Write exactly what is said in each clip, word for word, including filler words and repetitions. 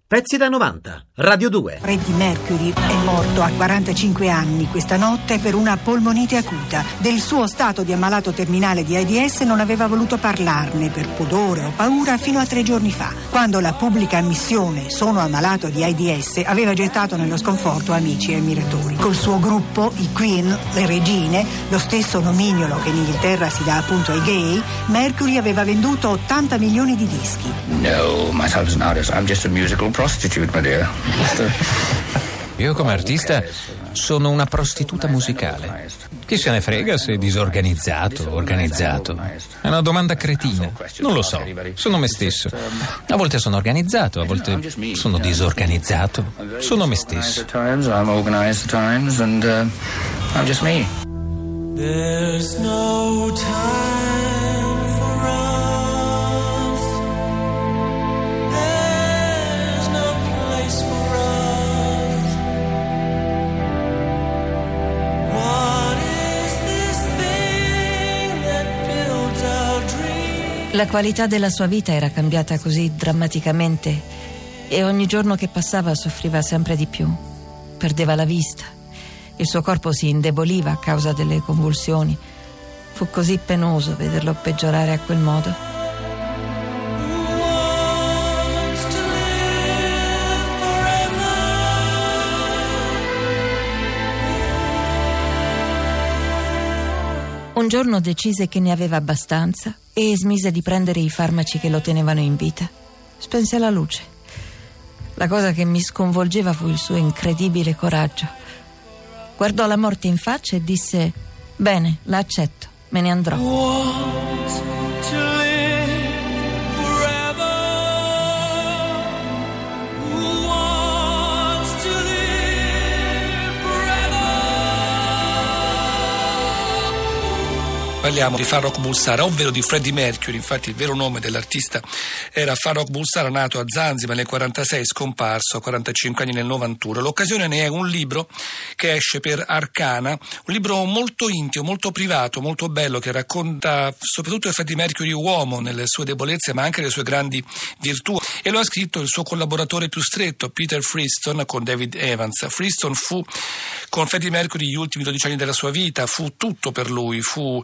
Pezzi da novanta, Radio due. Freddie Mercury è morto a quarantacinque anni questa notte per una polmonite acuta. Del suo stato di ammalato terminale di AIDS non aveva voluto parlarne per pudore o paura fino a tre giorni fa, quando la pubblica ammissione "sono ammalato di AIDS" aveva gettato nello sconforto amici e ammiratori. Col suo gruppo, i Queen, le regine, lo stesso nomignolo che in Inghilterra si dà appunto ai gay, Mercury aveva venduto ottanta milioni di dischi. No, myself as an artist, I'm just a musical prostitute, my dear. Io come artista sono una prostituta musicale. Chi se ne frega se è disorganizzato o organizzato? È una domanda cretina. Non lo so. Sono me stesso. A volte sono organizzato, a volte sono disorganizzato. Sono me stesso. I'm organized at times, and uh, I'm just me. There's no time for us. There's no place for us. What is this thing that builds our dreams? La qualità della sua vita era cambiata così drammaticamente e ogni giorno che passava soffriva sempre di più. Perdeva la vista. Il suo corpo si indeboliva a causa delle convulsioni. Fu così penoso vederlo peggiorare a quel modo. Un giorno decise che ne aveva abbastanza e smise di prendere i farmaci che lo tenevano in vita. Spense la luce. La cosa che mi sconvolgeva fu il suo incredibile coraggio. Guardò la morte in faccia e disse: bene, la accetto, me ne andrò. Parliamo di Farrokh Bulsara, ovvero di Freddie Mercury. Infatti il vero nome dell'artista era Farrokh Bulsara, nato a Zanzibar nel quarantasei, scomparso a quarantacinque anni nel novantuno. L'occasione ne è un libro che esce per Arcana, un libro molto intimo, molto privato, molto bello, che racconta soprattutto Freddie Mercury uomo, nelle sue debolezze ma anche le sue grandi virtù, e lo ha scritto il suo collaboratore più stretto, Peter Friston, con David Evans. Friston fu con Freddie Mercury gli ultimi dodici anni della sua vita, fu tutto per lui, fu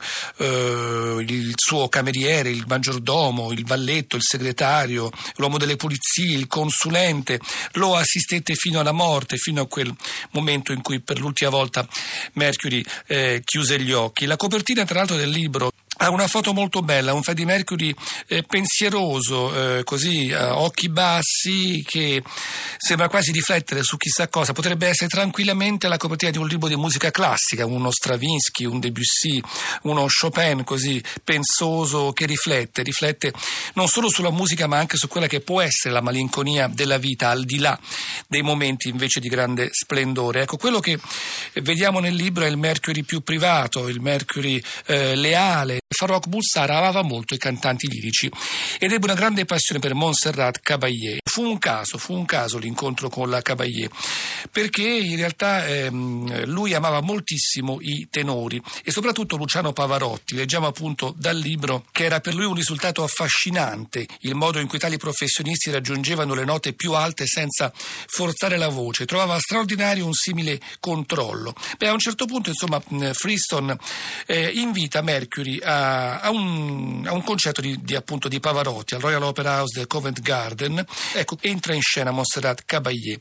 Uh, il suo cameriere, il maggiordomo, il valletto, il segretario, l'uomo delle pulizie, il consulente. Lo assistette fino alla morte, fino a quel momento in cui per l'ultima volta Mercury eh, chiuse gli occhi. La copertina, tra l'altro, del libro ha una foto molto bella, un Freddie Mercury eh, pensieroso, eh, così a occhi bassi, che sembra quasi riflettere su chissà cosa. Potrebbe essere tranquillamente la copertina di un libro di musica classica, uno Stravinsky, un Debussy, uno Chopin, così pensoso, che riflette, riflette non solo sulla musica ma anche su quella che può essere la malinconia della vita, al di là dei momenti invece di grande splendore. Ecco, quello che vediamo nel libro è il Mercury più privato, il Mercury eh, leale. Farrokh Bulsara amava molto i cantanti lirici ed ebbe una grande passione per Montserrat Caballé. Fu un caso, fu un caso l'incontro con la Caballé, perché in realtà ehm, lui amava moltissimo i tenori e soprattutto Luciano Pavarotti. Leggiamo appunto dal libro che era per lui un risultato affascinante il modo in cui tali professionisti raggiungevano le note più alte senza forzare la voce. Trovava straordinario un simile controllo. Beh, a un certo punto, insomma, Friston eh, invita Mercury a A un, a un concerto di, di appunto di Pavarotti al Royal Opera House del Covent Garden. Ecco, entra in scena Montserrat Caballé.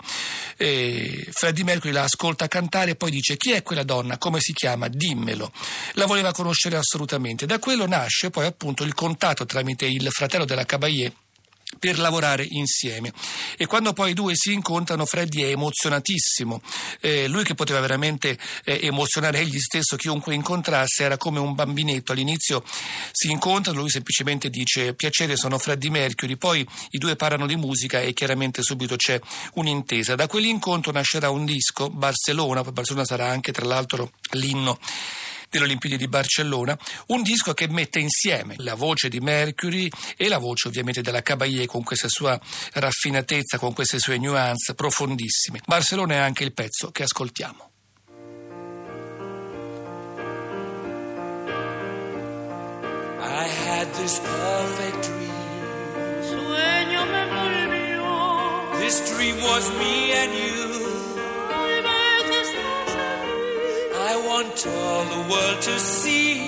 E Freddie Mercury la ascolta cantare e poi dice: chi è quella donna? Come si chiama? Dimmelo. La voleva conoscere assolutamente. Da quello nasce poi appunto il contatto tramite il fratello della Caballé per lavorare insieme. E quando poi i due si incontrano, Freddie è emozionatissimo. Eh, lui, che poteva veramente eh, emozionare egli stesso chiunque incontrasse, era come un bambinetto. All'inizio si incontrano, lui semplicemente dice: piacere, sono Freddie Mercury. Poi i due parlano di musica e chiaramente subito c'è un'intesa. Da quell'incontro nascerà un disco, Barcellona. Poi Barcellona sarà anche tra l'altro l'inno delle Olimpiadi di Barcellona, un disco che mette insieme la voce di Mercury e la voce ovviamente della Caballé, con questa sua raffinatezza, con queste sue nuance profondissime. Barcellona è anche il pezzo che ascoltiamo. I had this perfect dream. Sueño me volvió. This this dream was me and you. I want all the world to see.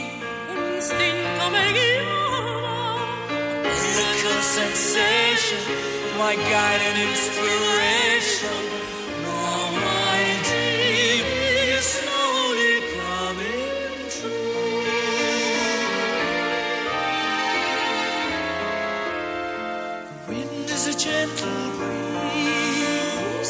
Miracle sensation, my guide and inspiration. Now my dream is slowly coming true. The wind is a gentle breeze.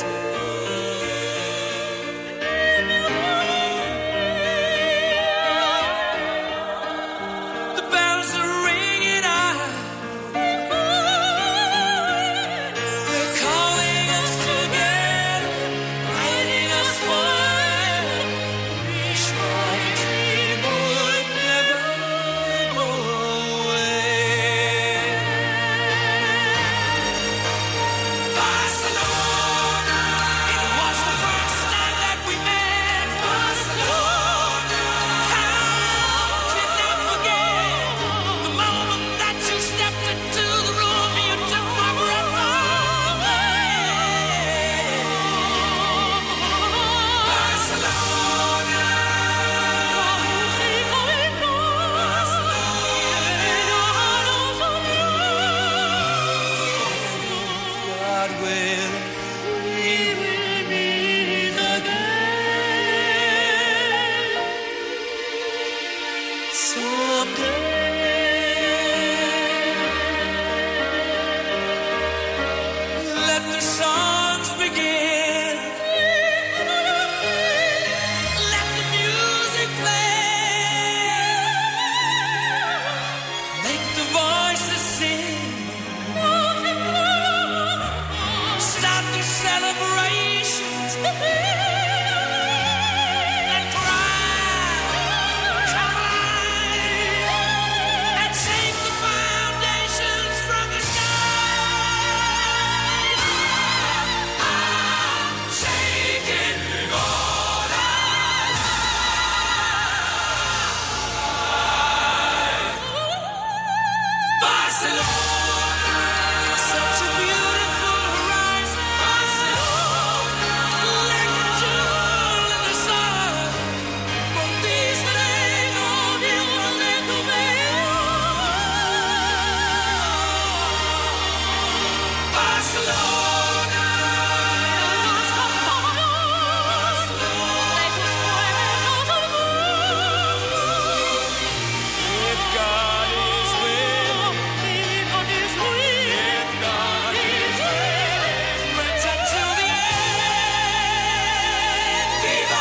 The bells are ringing out. They're calling us together, guiding us forever. Wish my dream would never go away. Barcelona, it was the first time that we met. Barcelona, how could not forget the moment that you stepped into the room and you took my breath away. Barcelona, God will, we will meet again someday. Let the songs begin. Let the music play. Make the voices sing. Start the celebrations. And cry, cry, and shake the foundations from the sky. I'm shaking all alive. Barcelona, such a beautiful horizon. Barcelona, like a jewel in the sun. Por ti estaré, no viento lento veo. Barcelona, if God is with, if God is with, friends until the end. Viva!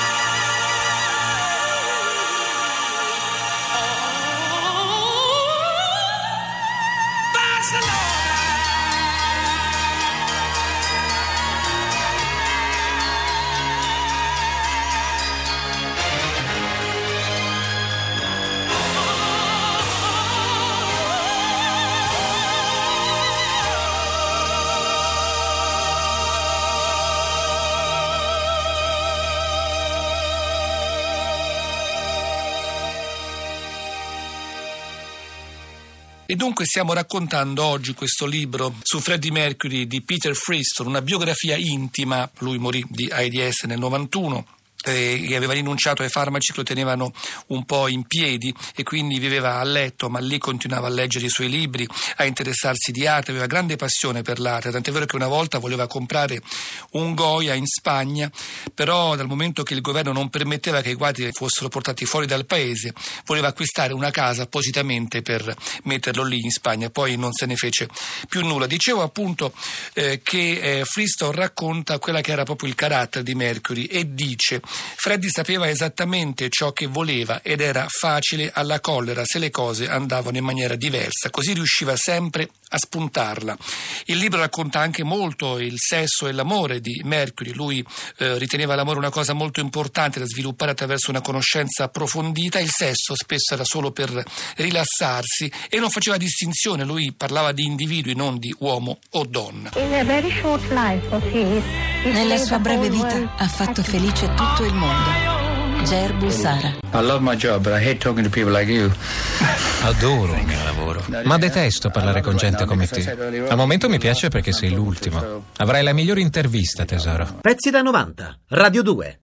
E dunque stiamo raccontando oggi questo libro su Freddie Mercury di Peter Friston, una biografia intima. Lui morì di AIDS nel novantuno. E aveva rinunciato ai farmaci che lo tenevano un po' in piedi e quindi viveva a letto, ma lì continuava a leggere i suoi libri, a interessarsi di arte, aveva grande passione per l'arte, tant'è vero che una volta voleva comprare un Goya in Spagna, però dal momento che il governo non permetteva che i quadri fossero portati fuori dal paese, voleva acquistare una casa appositamente per metterlo lì in Spagna, poi non se ne fece più nulla. Dicevo appunto eh, che eh, Friston racconta quella che era proprio il carattere di Mercury e dice: Freddie sapeva esattamente ciò che voleva ed era facile alla collera se le cose andavano in maniera diversa, così riusciva sempre a spuntarla. Il libro racconta anche molto il sesso e l'amore di Mercury. Lui eh, riteneva l'amore una cosa molto importante da sviluppare attraverso una conoscenza approfondita. Il sesso spesso era solo per rilassarsi e non faceva distinzione, lui parlava di individui, non di uomo o donna. Nella sua breve vita ha fatto felice tutto il mondo. Jair Bulsara. I love my job, but I hate talking to people like you. Adoro il mio lavoro, ma detesto parlare con gente come te. Al momento mi piace perché sei l'ultimo. Avrai la migliore intervista, tesoro. Pezzi da novanta, Radio due.